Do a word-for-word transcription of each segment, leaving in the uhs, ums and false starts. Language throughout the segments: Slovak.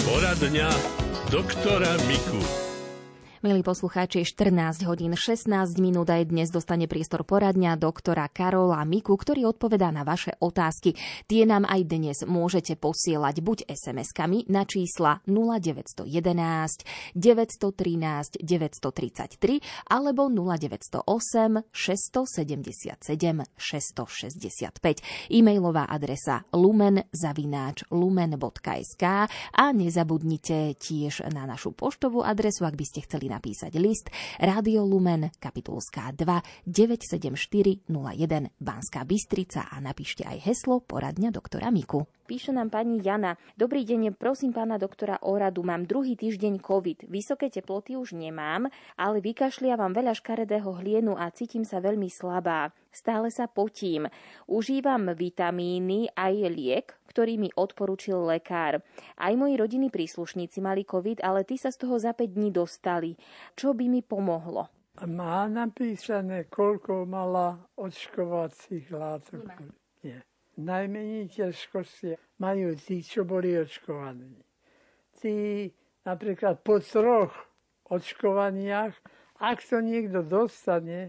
Poradňa doktora Miku. Milí poslucháči, štrnásť hodín šestnásť minút aj dnes dostane priestor poradňa doktora Karola Miku, ktorý odpovedá na vaše otázky. Tie nám aj dnes môžete posielať buď es em eskami na čísla nula deväť jeden jedna, deväť jedna tri, deväť tri tri alebo nula deväť nula osem, šesť sedem sedem, šesť šesť päť. E-mailová adresa lumen zavináč lumen bodka es ká a nezabudnite tiež na našu poštovú adresu, ak by ste chceli napísať list, Rádio Lumen, Kapitulská dva, deväť sedem štyri nula jeden, Banská Bystrica a napíšte aj heslo Poradňa doktora Miku. Píše nám pani Jana. Dobrý deň, prosím pána doktora o radu. Mám druhý týždeň COVID. Vysoké teploty už nemám, ale vykašliavam veľa škaredého hlienu a cítim sa veľmi slabá. Stále sa potím. Užívam vitamíny aj liek, ktorý mi odporúčil lekár. Aj moji rodinní príslušníci mali COVID, ale tí sa z toho za päť dní dostali. Čo by mi pomohlo? Má napísané, koľko mala očkovacích látok? Nie. Najmenej ťažkosti majú tí, čo boli očkovaní. Tí napríklad po troch očkovaniach, ak to niekto dostane,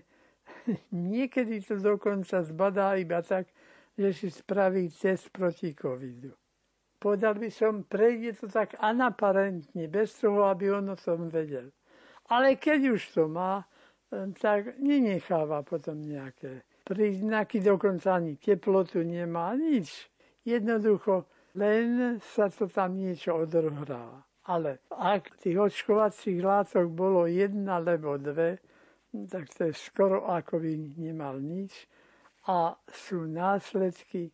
niekedy to dokonca zbadá iba tak, že si spraví test proti covidu. Povedal by som, prejde to tak anaparentne, bez toho, aby on o tom vedel. Ale keď už to má, tak nenecháva potom nejaké príznaky, dokonca ani teplotu nemá, nič. Jednoducho, len sa to tam niečo odohrá. Ale ak tých očkovacích látok bolo jedna alebo dve, tak to je skoro ako by nemal nič. A sú následky,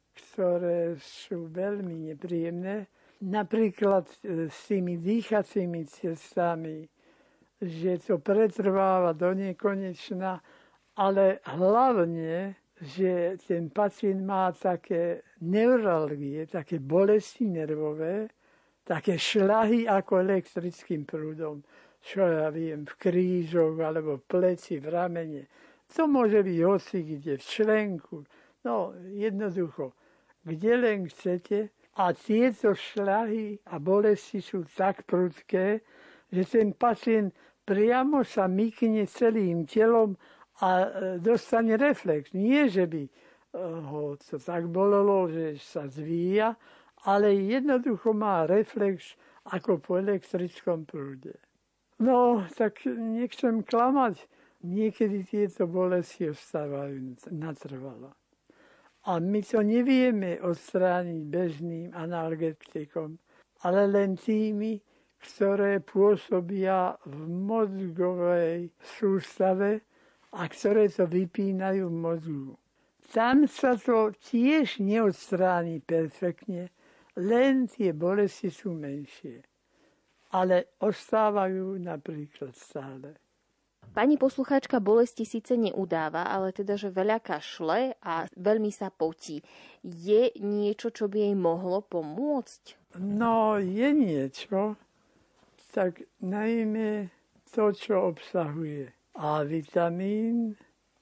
ktoré sú veľmi nepríjemné. Napríklad s tými dýchacími cestami, že to pretrváva do nekonečna, ale hlavne, že ten pacient má také neuralgie, také bolesti nervové, také šľahy ako elektrickým prúdom, čo ja viem, v krížoch, alebo v pleci, v ramene. To môže byť hoci kde, v členku. No, jednoducho, kde len chcete. A tieto šľahy a bolesti sú tak prudké, že ten pacient priamo sa mykne celým telom a dostane reflex. Nie, že by ho to tak bolelo, že sa zvíja, ale jednoducho má reflex ako po elektrickom prúde. No, tak nechcem klamať. Niekedy tieto bolesti ostávajú natrvalo. A my to nevieme odstrániť bežným analgetikom, ale len tými, ktoré pôsobia v mozgovej sústave a ktoré to vypínajú v mozgu. Tam sa to tiež neodstráni perfektne, len tie bolesti sú menšie. Ale ostávajú napríklad stále. Pani poslucháčka bolesti síce neudáva, ale teda, že veľa kašle a veľmi sa potí. Je niečo, čo by jej mohlo pomôcť? No, je niečo. Tak najmä to, čo obsahuje A vitamín,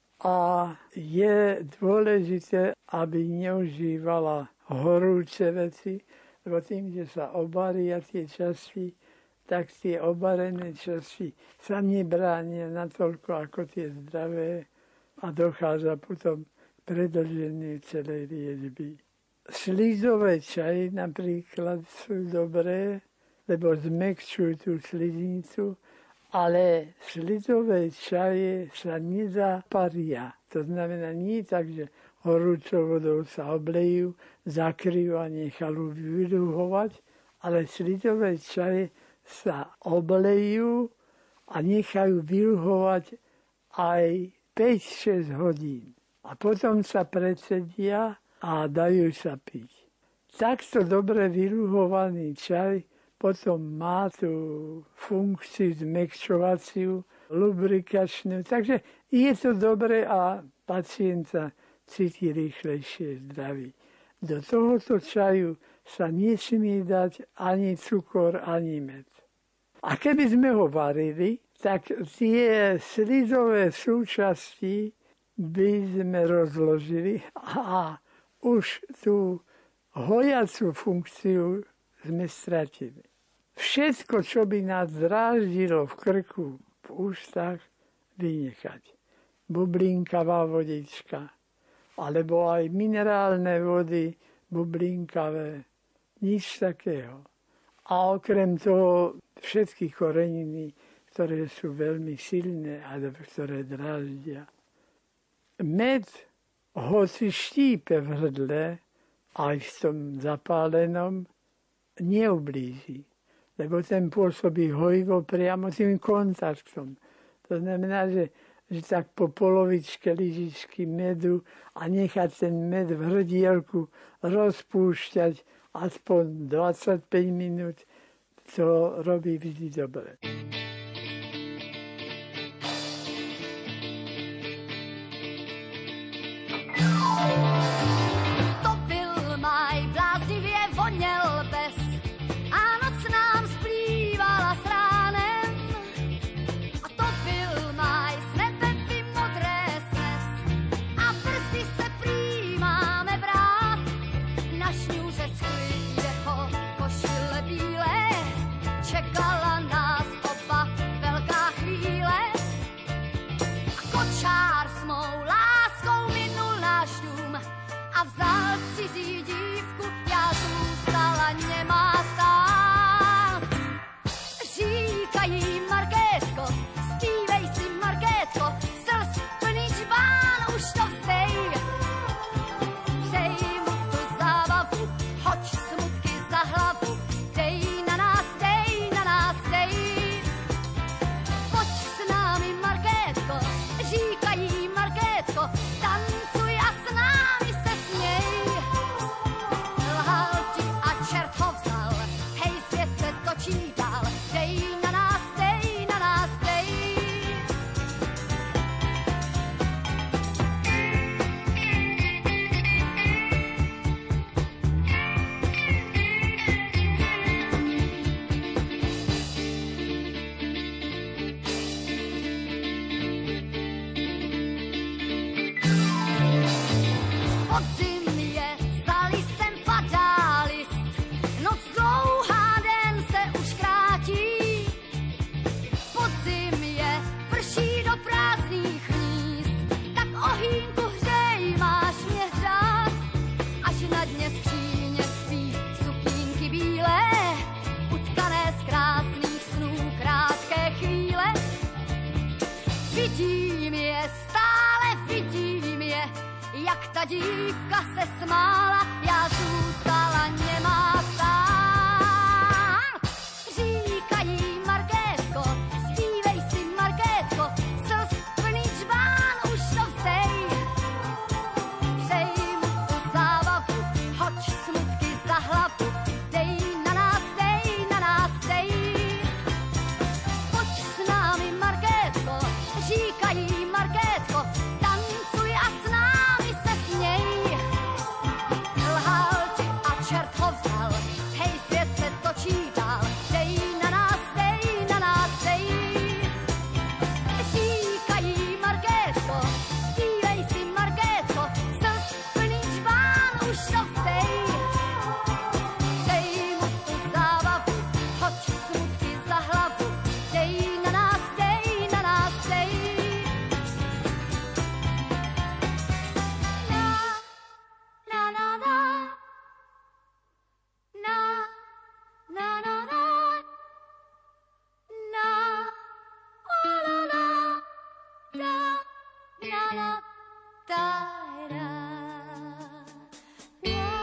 a je dôležité, aby neužívala horúce veci, lebo tým, že sa obaria tie časti, tak tie obarené časti sa nebránia natoľko ako tie zdravé a dochádza potom k predĺženiu celej liečby. Slizové čaje napríklad sú dobré, lebo zmäkčujú tú sliznicu, ale slizové čaje sa nezaparia. To znamená nie tak, že horúcou vodou sa oblejú, zakryjú a nechajú vyluhovať, ale slizové čaje sa oblejú a nechajú vyluhovať aj päť šesť hodín. A potom sa predsedia a dajú sa piť. Takto dobre vyluhovaný čaj potom má tú funkciu zmäkčovaciu, lubrikačnú. Takže je to dobré a pacient sa cíti rýchlejšie zdravý. Do tohoto čaju sa nesmie dať ani cukor, ani med. A keby sme ho varili, tak tie slizové súčasti by sme rozložili a už tú hojacú funkciu sme stratili. Všetko, čo by nás dráždilo v krku, v ústach, vynechať. Bublinkavá vodička, alebo aj minerálne vody, bublinkavé, nič takého. A okrem toho všetky koreniny, ktoré sú veľmi silné a ktoré dráždia. Med, hoci štípe v hrdle, aj v tom zapálenom, neublíži, lebo ten pôsobí hojivo priamo tým kontaktom. To znamená, že, že tak po polovičke lyžičky medu a nechať ten med v hrdielku rozpúšťať aspoň dvadsaťpäť minút, to robí vždy dobre. To byl máj, bláznivě voněl pes a noc nám splývala s ránem. A to byl máj, s nebe by modré snes a brzy se prý máme brát. Na šňůře schly jeho košile bílé, čekala nás oba velká chvíle. A kočár s mou láskou minul náš dům a vzal cizí dívku, já zůstala nemá stát. Říkají Markétko, zpívej si Markétko, slz plný čbán, už to vzdej. Dej mu tu zábavu, hoď smutky za hlavu, dej na nás, dej na nás, dej. Pojď s námi Markétko, říkají Markétko, tancuj a s námi se směj. Lhal ti a čert ho vzal, hej, svět se točí dál, dej na nás, dej na nás, dej. Podzim je, za listem padá list, noc dlouhá, den se už krátí. Podzim je, prší do prázdných hnízd, tak ohýnku hřej, máš mě hřát. Až na dně skříně spí sukínky bílé, utkané z krásných snů krátké chvíle. Vidím je, stále vidím je, jak ta dívka se smála, já zůstala nemá stát. Říkají Markétko, zpívej si Markétko, slz plný čbán, už to vzdej. Dej mu tu zábavu, hoď smutky za hlavu, dej na nás, dej na nás, dej. Pojď s námi Markétko, říkají Markétko, tancuj a s námi se směj. Lhal ti a čert ho vzal, hej, svět se točí dál, dej na nás, dej na nás, dej. Říkají Markétko, zpívej si Markétko, slz plný čbán, už to vzdej. Dej mu tu zábavu, hoď smutky za hlavu, dej na nás, dej na nás, dej. Na, na, na, na. Na, na, na, na. Na, la, la, la. Da, la, la, da, da. Na.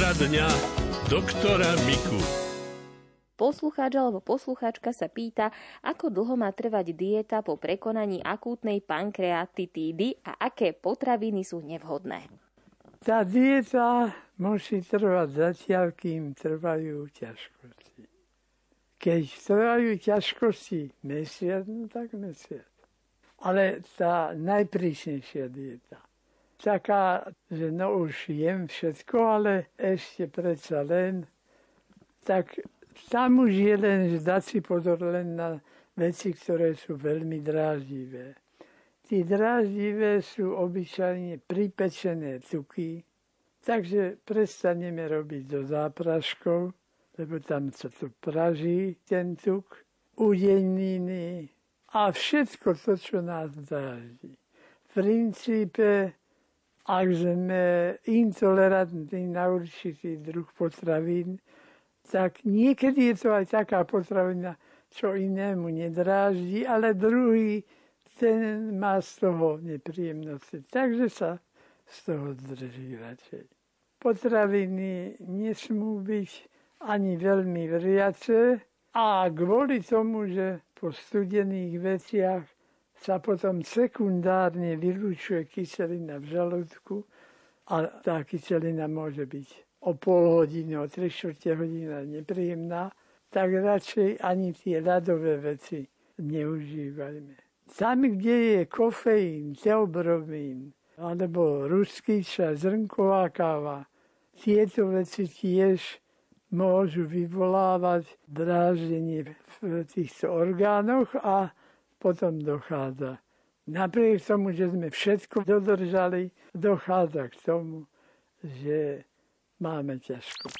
Poradňa doktora Miku. Poslucháč alebo poslucháčka sa pýta, ako dlho má trvať dieta po prekonaní akútnej pankreatitídy a aké potraviny sú nevhodné. Tá dieta musí trvať zatiaľ, kým trvajú ťažkosti. Keď trvajú ťažkosti mesiac, no tak mesiac. Ale tá najprísnejšia dieta. Taká, že no už jem všetko, ale ešte predsa len, tak tam už je len, že dať si pozor len na veci, ktoré sú veľmi dráždivé. Tí dráždivé sú obyčajne pripečené tuky, takže prestaneme robiť do zápraškov, lebo tam sa to praží, ten tuk, udeniny a všetko to, čo nás dráždi. V princípe, ak sme intolerantní na určitý druh potravín, tak niekedy je to aj taká potravina, čo inému nedráždi, ale druhý, ten má z toho nepríjemnosti. Takže sa z toho drží radšej. Potraviny nesmú byť ani veľmi vriace a kvôli tomu, že po studených veciach sa potom sekundárne vylúčuje kyselina v žalúdku a tá kyselina môže byť o pol hodiny, o tri štvrte hodina nepríjemná, tak radšej ani tie ľadové veci neužívajme. Tam, kde je kofeín, teobromín, alebo ruský čaj, zrnková káva, tieto veci tiež môžu vyvolávať dráždenie v týchto orgánoch a potom dochádza. Napriek tomu, že sme všetko dodržali, dochádza k tomu, že máme ťažko.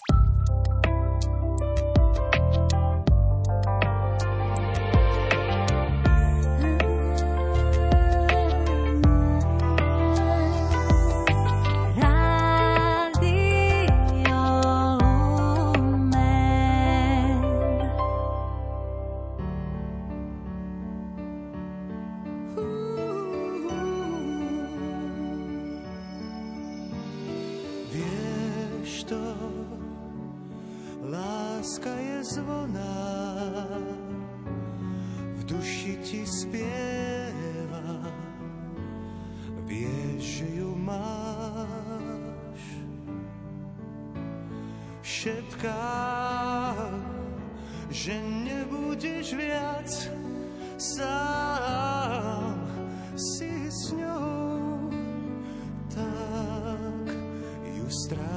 Že nebudeš viac sám, si s ňou, tak ju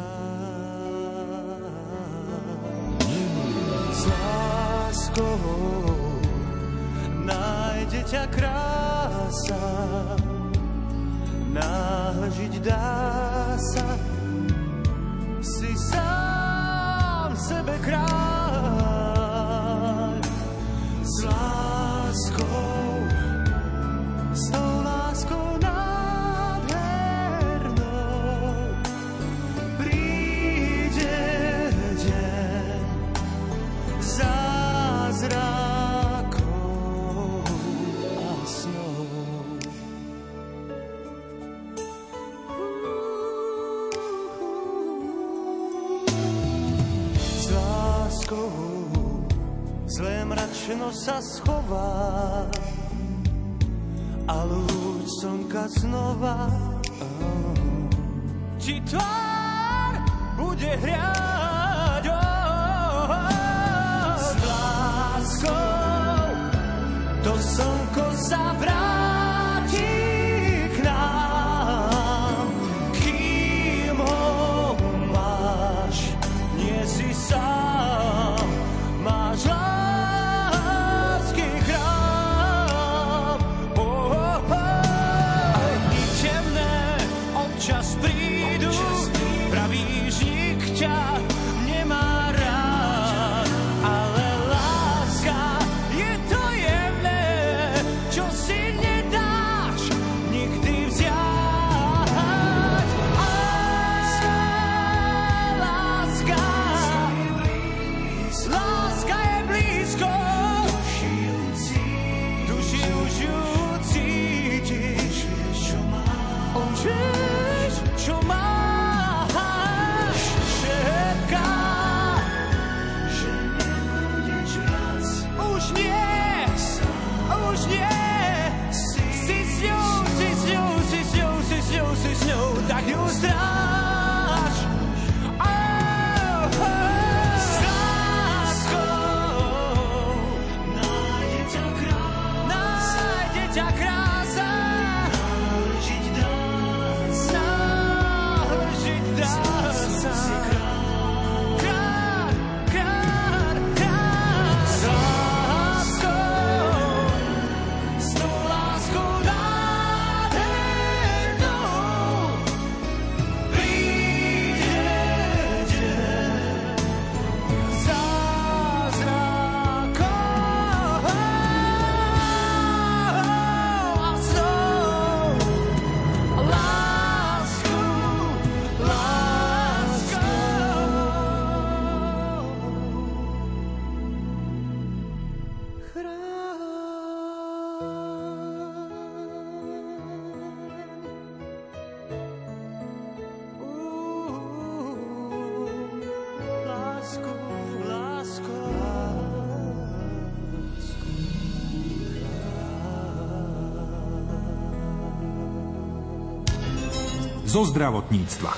stráž. S láskou nájde ťa krása, náhle žiť dá sa, si sám sebe kráľ. S láskou, s tou láskou nádhernou príde deň zázrakov a snov. S láskou zlé mračno sa schová a lúč slnka znova oh, ti tvár bude hriať. Oh, oh. S láskou to slnko sa vráti k nám, kým ho máš, nie si sám, máš lásku. Čas prídu, pravý žník ťa zo zdravotníctva.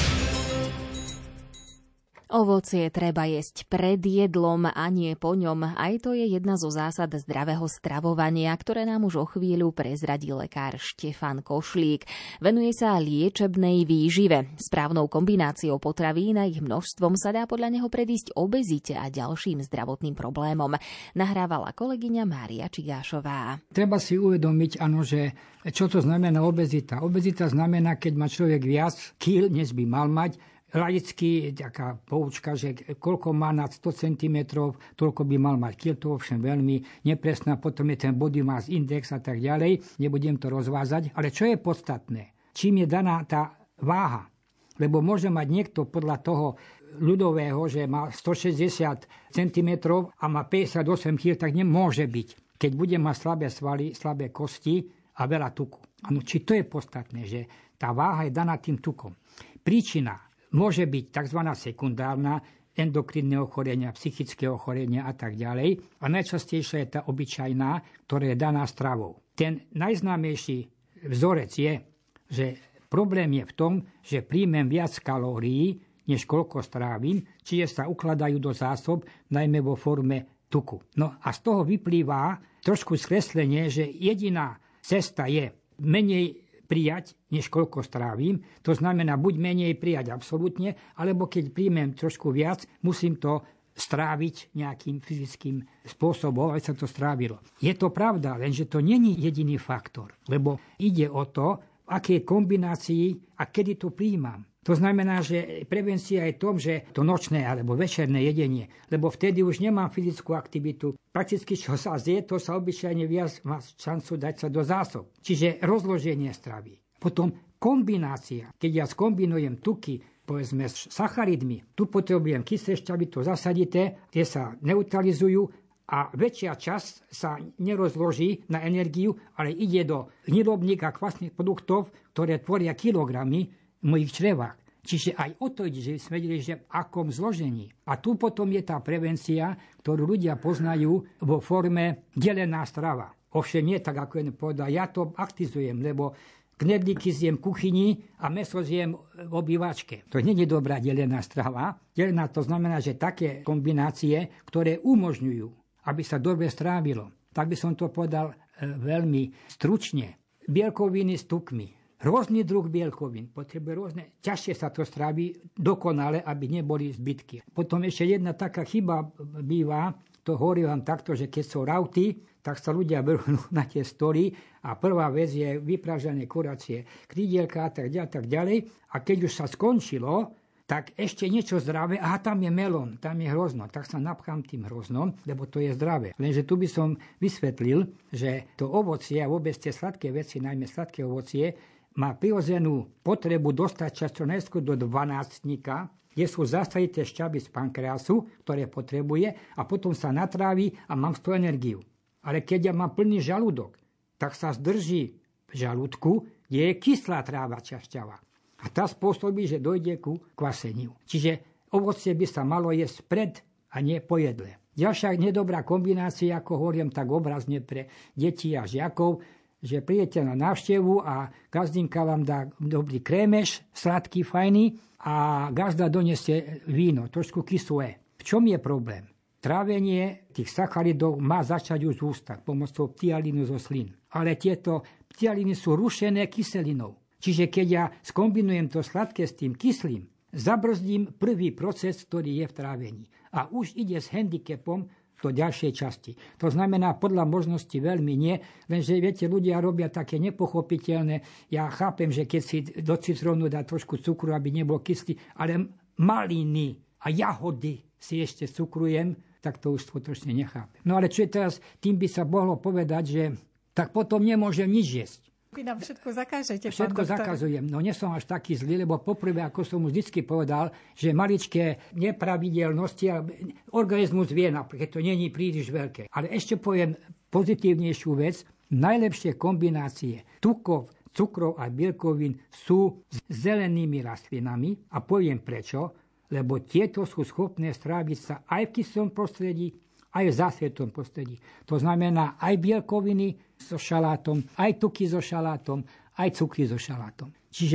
Ovocie treba jesť pred jedlom a nie po ňom. Aj to je jedna zo zásad zdravého stravovania, ktoré nám už o chvíľu prezradí lekár Štefan Košlík. Venuje sa liečebnej výžive. Správnou kombináciou potravín a ich množstvom sa dá podľa neho predísť obezite a ďalším zdravotným problémom. Nahrávala kolegyňa Mária Čigášová. Treba si uvedomiť, áno, že čo to znamená obezita. Obezita znamená, keď má človek viac kíl, než by mal mať. Laicky taká poučka, že koľko má nad sto centimetrov, toľko by mal mať kil, to ovšem veľmi nepresná, potom je ten body mass index a tak ďalej, nebudem to rozvázať. Ale čo je podstatné? Čím je daná tá váha? Lebo môže mať niekto podľa toho ľudového, že má stošesťdesiat centimetrov a má päťdesiatosem kil, tak nemôže byť. Keď bude mať slabé svaly, slabé kosti a veľa tuku. Ano, či to je podstatné, že tá váha je daná tým tukom. Príčina môže byť tzv. Sekundárna, endokrinné ochorenia, psychické ochorenia a tak ďalej. A najčastejšia je tá obyčajná, ktorá je daná stravou. Ten najznámejší vzorec je, že problém je v tom, že príjmem viac kalórií, než koľko strávim, čiže sa ukladajú do zásob, najmä vo forme tuku. No a z toho vyplýva trošku skreslenie, že jediná cesta je menej prijať, než koľko strávim. To znamená, buď menej prijať absolútne, alebo keď príjmem trošku viac, musím to stráviť nejakým fyzickým spôsobom, aby sa to strávilo. Je to pravda, lenže to není jediný faktor, lebo ide o to, v akej kombinácii a kedy to príjmam. To znamená, že prevencia je v tom, že to nočné alebo večerné jedenie, lebo vtedy už nemám fyzickú aktivitu. Prakticky, čo sa zje, to sa obyčajne viac má šancu dať sa do zásob. Čiže rozloženie stravy. Potom kombinácia. Keď ja skombinujem tuky, povedzme s sacharidmi, tu potrebujem kyslé šťavy, to zasadité, tie sa neutralizujú a väčšia časť sa nerozloží na energiu, ale ide do hnilobníka kvasných produktov, ktoré tvoria kilogramy v mojich črevách. Čiže aj o to ide, že sme vedeli, že v akom zložení. A tu potom je tá prevencia, ktorú ľudia poznajú vo forme delená strava. Ovšem nie tak, ako je povedal, ja to aktizujem, lebo knedlíky zjem v kuchyni a mäso zjem v obývačke. To nie je dobrá delená strava. Delená to znamená, že také kombinácie, ktoré umožňujú, aby sa dobre strávilo. Tak by som to povedal e, veľmi stručne. Bielkoviny s tukmi. Rôzny druh bielkovín, potrebuje rôzne, ťažšie sa to strávi dokonale, aby neboli zbytky. Potom ešte jedna taká chyba býva, to hovorí vám takto, že keď sú rauty, tak sa ľudia berú na tie stoly a prvá vec je vypražané kuracie krídielka a tak ďalej, tak ďalej. A keď už sa skončilo, tak ešte niečo zdravé, aha, tam je melón, tam je hrozno, tak sa napchám tým hroznom, lebo to je zdravé. Lenže tu by som vysvetlil, že to ovocie a vôbec tie sladké veci, najmä sladké ovocie, má prirodzenú potrebu dostať často najskôr do dvanástnika, kde sú zasadité šťavy z pankreasu, ktoré potrebuje, a potom sa natrávi a mám z toho energiu. Ale keď ja mám plný žalúdok, tak sa zdrží v žalúdku, kde je kyslá tráva šťava. A tá spôsobí, že dojde ku kvaseniu. Čiže ovocie by sa malo jesť pred a nie po jedle. Ďalšia nedobrá kombinácia, ako hovorím tak obrazne pre deti a žiakov, že prídete na návštevu a gazdinka vám dá dobrý krémeš, sladký, fajný, a gazda donesie víno, trošku kyslé. V čom je problém? Trávenie tých sacharidov má začať už v ústach pomocou ptyalínu zo slín. Ale tieto ptyalíny sú rušené kyselinou. Čiže keď ja skombinujem to sladké s tým kyslým, zabrzdím prvý proces, ktorý je v trávení. A už ide s handicapom do ďalšej časti. To znamená, podľa možnosti veľmi nie, lenže viete, ľudia robia také nepochopiteľné. Ja chápem, že keď si do citrónu dá trošku cukru, aby nebol kyslý, ale maliny a jahody si ešte cukrujem, tak to už skutočne nechápem. No ale čo je teraz, tým by sa mohlo povedať, že tak potom nemôžem nič jesť. Vy nám všetko zakážete, Všetko zakazujem. No nie som až taký zlý, lebo poprvé, ako som už vždy povedal, že maličké nepravidelnosti, organizmus vie, napríklad to nie je príliš veľké. Ale ešte poviem pozitívnejšiu vec. Najlepšie kombinácie tukov, cukrov a bielkovín sú s zelenými rastlinami a poviem prečo, lebo tieto sú schopné stráviť sa aj v kyslom prostredí, aj v zásvetom prostredí. To znamená aj bielkoviny so šalátom, aj tuky so šalátom, aj cukry so šalátom. Čiže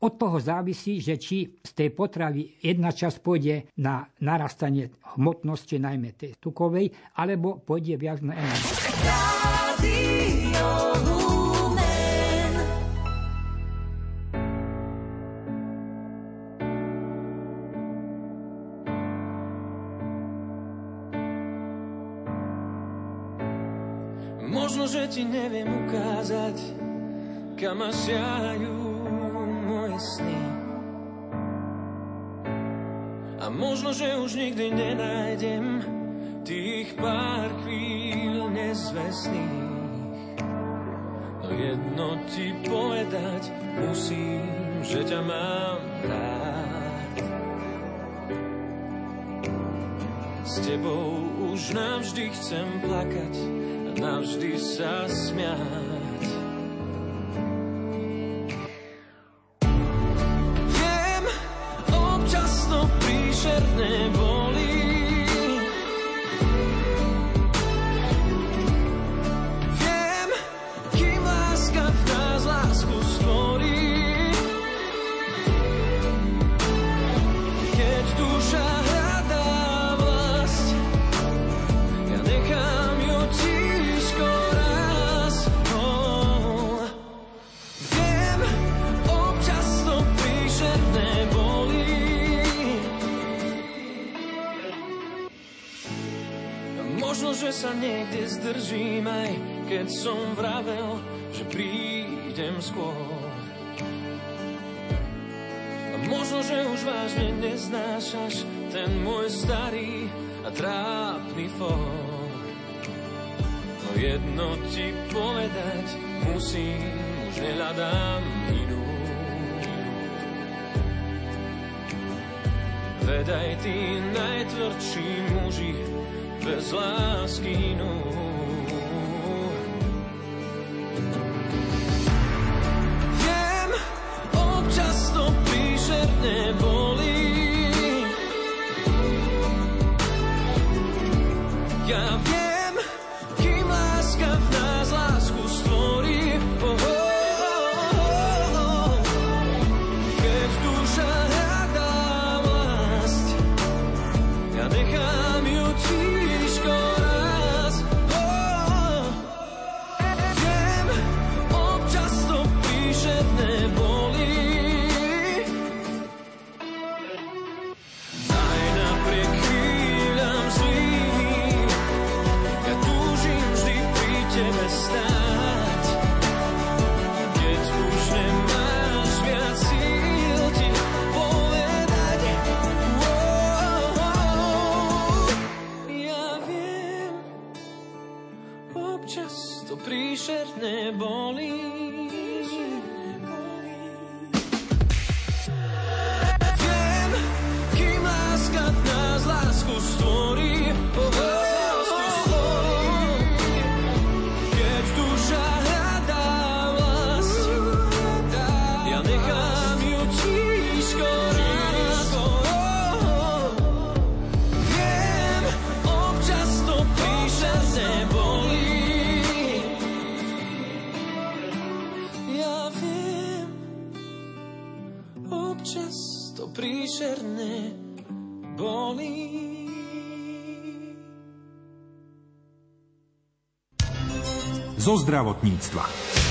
od toho závisí, že či z tej potravy jedna časť pôjde na narastanie hmotnosti, najmä tej tukovej, alebo pôjde viac na energiu. Možno, že ti neviem ukázať, kam ma siahajú moje sny. A možno, že už nikdy nenájdem tých pár chvíľ nezvestných. No jedno ti povedať musím, že ťa mám rád. S tebou už navždy chcem plakať, navždy sa smiať. Viem, občas to príšerné bolí. Viem, kým láska v nás lásku stvorí. Keď duša hľadá vlast, ja nechám ju ti. Možno, že sa niekde zdržím, aj keď som vravel, že prídem skôr. A možno, že už vážne neznášaš ten môj starý a trápny fór. No jedno ti povedať musím, už nehľadám inú. Veď aj tí najtvrdší muži bez lásky inú. Viem, občas to príšerné bolí. Ja viem, kým láska v nás lásku stvorí. Oh, oh, oh, oh. Keď duša hľadá vlast, ja nechám ju ti. Príšerné bolí. Viem, kým láska v nás lásku stvorí. Oh, oh, oh. Keď duša hľadá vlast, ja nechám ju tížko raz. Oh, oh. Viem, občas to príšerné bolí. Občas to príšerné bolí. Zo zdravotníctva.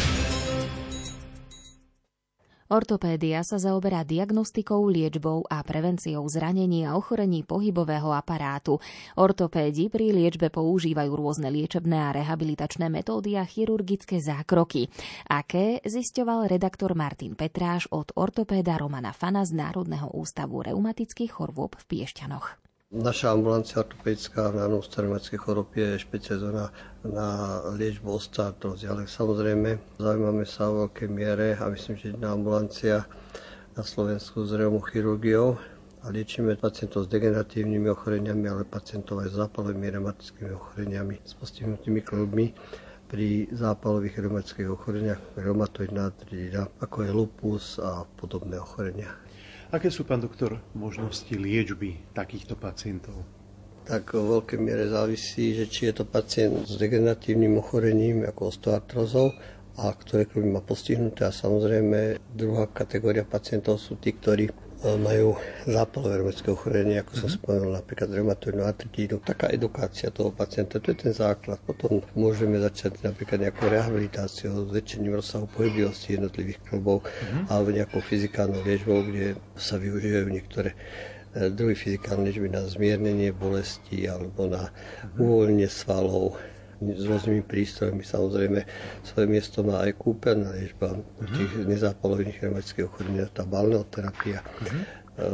Ortopédia sa zaoberá diagnostikou, liečbou a prevenciou zranení a ochorení pohybového aparátu. Ortopédi pri liečbe používajú rôzne liečebné a rehabilitačné metódy a chirurgické zákroky. Aké zisťoval redaktor Martin Petráš od ortopéda Romana Fana z Národného ústavu reumatických chorôb v Piešťanoch. Naša ambulancia ortopedická na ústave reumatických chorôb je špecializovaná na liečbu osteoartrózy, ale samozrejme zaujímame sa o veľkej miere a myslím, že jedna ambulancia na Slovensku s reumochirurgiou a liečíme pacientov s degeneratívnymi ochoreniami, ale pacientov aj s zápalovými reumatickými ochoreniami, s postihnutými kĺbmi pri zápalových reumatických ochoreniach, reumatoidná artrída, ako je lupus a podobné ochorenia. Aké sú, pán doktor, možnosti liečby takýchto pacientov? Tak vo veľkej miere závisí, že či je to pacient s degeneratívnym ochorením, ako osteoartrózou, a ktoré kĺby má postihnuté. A samozrejme druhá kategória pacientov sú tí, ktorí majú zápalové reumatické ochorenie, ako som spomenul, napríklad reumatoidnú artritídu. Taká edukácia toho pacienta, to je ten základ. Potom môžeme začať napríklad nejakou rehabilitáciou, zväčšením rozsahu pohyblivosti jednotlivých kĺbov uh-huh. alebo nejakou fyzikálnou liečbou, kde sa využívajú niektoré druhy fyzikálnej liečby na zmiernenie bolesti alebo na uvoľnenie svalov s rôznymi prístrojmi. Samozrejme, svoje miesto má aj kúpeľná liečba uh-huh. tých nezápalových reumatických ochorení, tá balneoterapia. Uh-huh.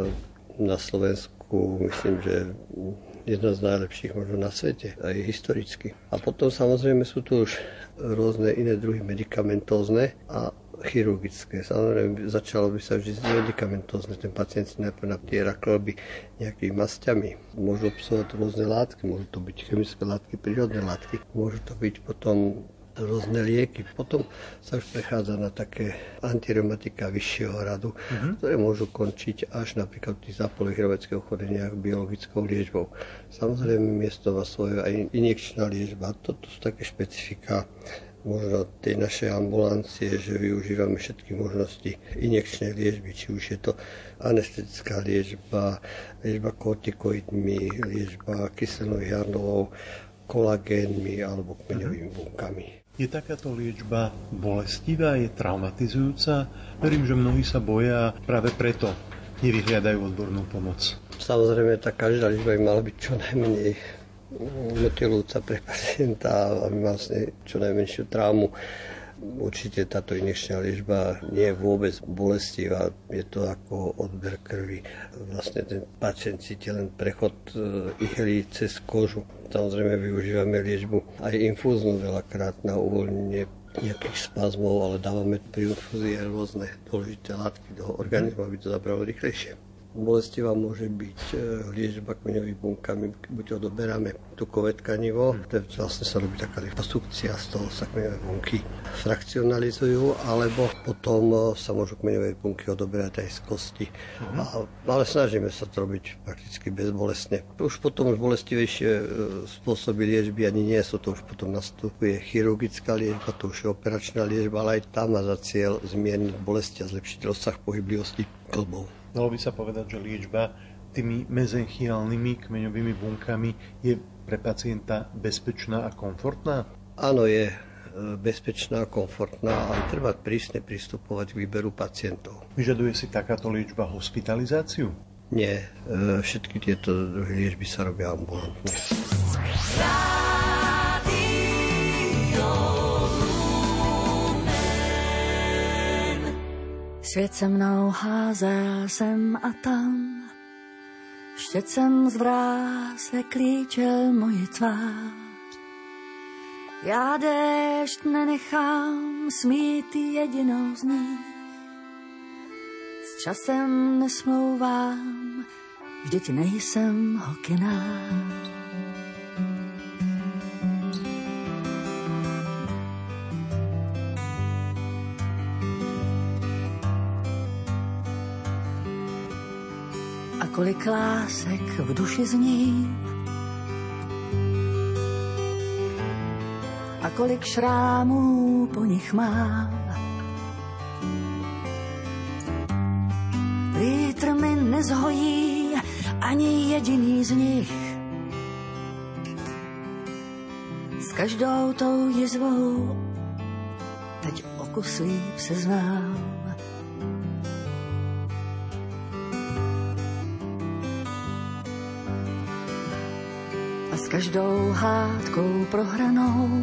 Na Slovensku myslím, že jedna z najlepších možno na svete, aj historicky. A potom samozrejme sú tu už rôzne iné druhy medikamentózne a chirurgické. Samozrejme, začalo by sa vždy medikamentózne. Ten pacient si najprv naptiera kĺby nejakými masťami. Môžu obsahovať rôzne látky, môžu to byť chemické látky, prírodné látky, môžu to byť potom rôzne lieky. Potom sa už prechádza na také antireumatika vyššieho radu, uh-huh. ktoré môžu končiť až napríklad v tých zápalových reumatických ochoreniach biologickou liečbou. Samozrejme, miesto má svoje aj injekčná liečba. Toto sú také špecifika možno tej našej ambulancie, že využívame všetky možnosti injekčnej liečby, či už je to anestetická liečba, liečba kortikoidmi, liečba kyselnou jarnovou, kolagénmi alebo kmeňovými bunkami. Je takáto liečba bolestivá, je traumatizujúca? Verím, že mnohí sa boja, práve preto nevyhliadajú odbornú pomoc. Samozrejme, tá každá liečba by mala byť čo najmenej motilujúca pre pacienta, aby mal vlastne čo najmenšiu traumu. Určite táto injekčná liečba nie je vôbec bolestivá, je to ako odber krvi. Vlastne ten pacient cíti len prechod ihlí cez kožu. Samozrejme využívame liečbu aj infúznu veľakrát na uvoľnenie nejakých spazmov, ale dávame pri infúzii rôzne dôležité látky do organizmu, aby to zabralo rýchlejšie. Bolestivá môže byť liečba kmeňovými bunkami, buď odoberáme tukové tkanivo, to vlastne sa robí taká liposukcia, z toho sa kmeňové bunky frakcionalizujú, alebo potom sa môžu kmeňové bunky odoberať aj z kosti. Uh-huh. A, ale snažíme sa to robiť prakticky bezbolestne. Už potom už bolestivejšie spôsoby liečby ani nie sú, to už potom nastupuje chirurgická liečba, to už je operačná liečba, ale aj tá má za cieľ zmierniť bolesti a zlepšiť rozsah pohyblivosti kĺbov. Dalo by sa povedať, že liečba tými mezenchiálnymi kmeňovými bunkami je pre pacienta bezpečná a komfortná? Áno, je bezpečná a komfortná, ale treba prísne pristupovať k výberu pacientov. Vyžaduje si takáto liečba hospitalizáciu? Nie, všetky tieto druhy liečby sa robia ambulantne. Svět se mnou házel sem a tam, štětcem z vrásek klíčel moji tvář. Já déšť nenechám smít jedinou z nich, s časem nesmlouvám, vždyť nejsem hokynář. Kolik lásek v duši zní a kolik šrámů po nich mám. Vítr mi nezhojí ani jediný z nich. S každou tou jizvou teď o kus líp se znám. S každou hádkou prohranou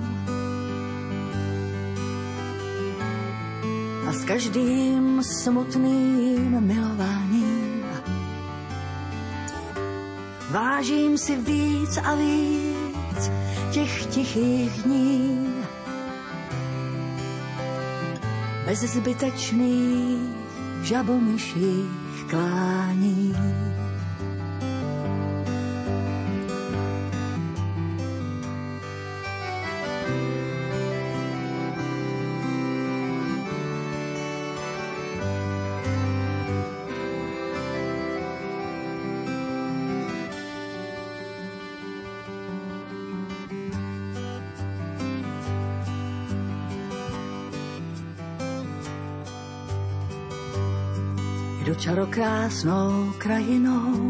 a s každým smutným milováním vážím si víc a víc těch tichých dní bez zbytečných žabomyších klání. kdo čarokrásnou krajinou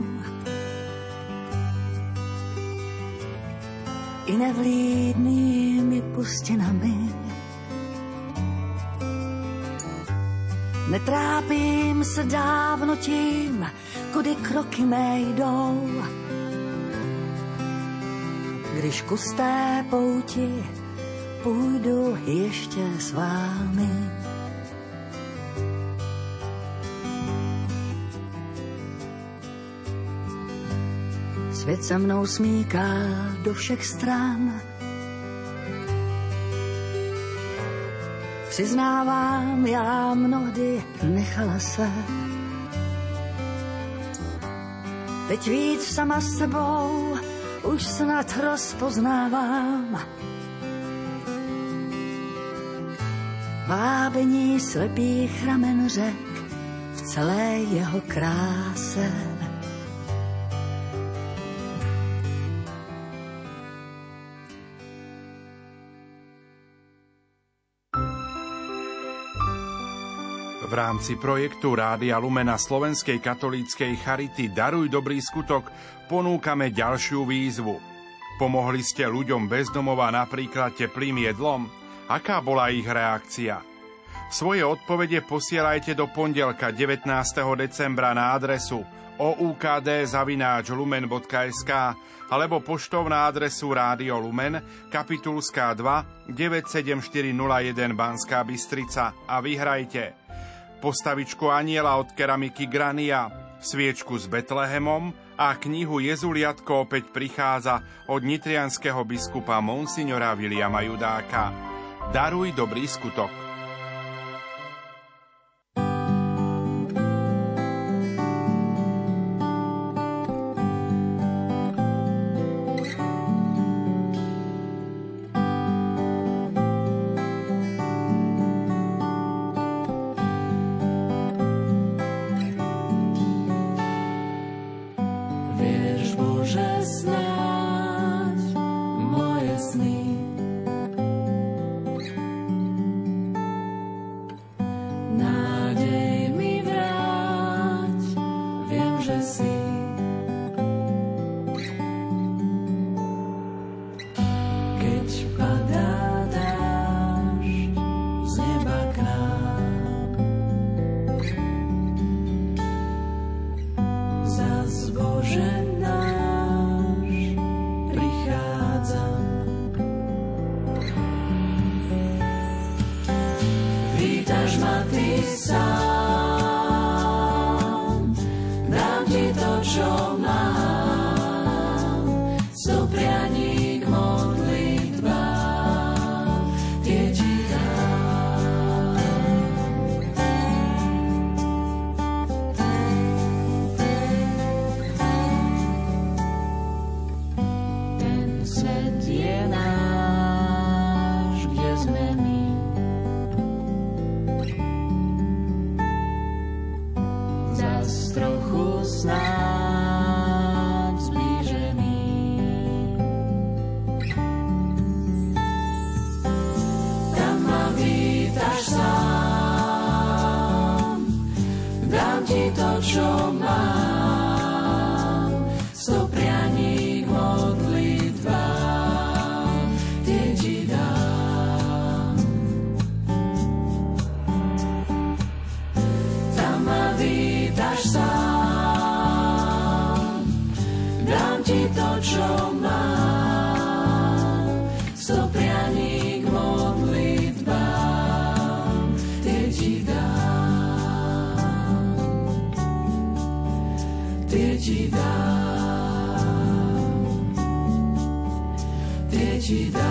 i nevlídnými pustinami. Netrápím se dávno tím, kudy kroky mé jdou, když kus té pouti půjdu ještě s vámi. Svět se mnou smíká do všech stran. Přiznávám, já mnohdy nechala se. Teď víc sama s sebou už snad rozpoznávám. Vábení slepých ramen řek v celé jeho kráse. V rámci projektu Rádia Lumena Slovenskej katolíckej charity Daruj dobrý skutok ponúkame ďalšiu výzvu. Pomohli ste ľuďom bez domova napríklad teplým jedlom? Aká bola ich reakcia? Svoje odpovede posielajte do pondelka devätnásteho decembra na adresu o u ká dé zavináč lumen bodka es ká alebo poštou na adresu Rádio Lumen, Kapitulská dva, deväť sedem štyri nula jeden Banská Bystrica a vyhrajte postavičku Aniela od keramiky Grania, sviečku s Betlehemom a knihu Jezuliatko opäť prichádza od nitrianskeho biskupa Monsignora Viliama Judáka. Daruj dobrý skutok.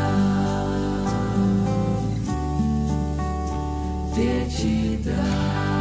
Tie ti dám.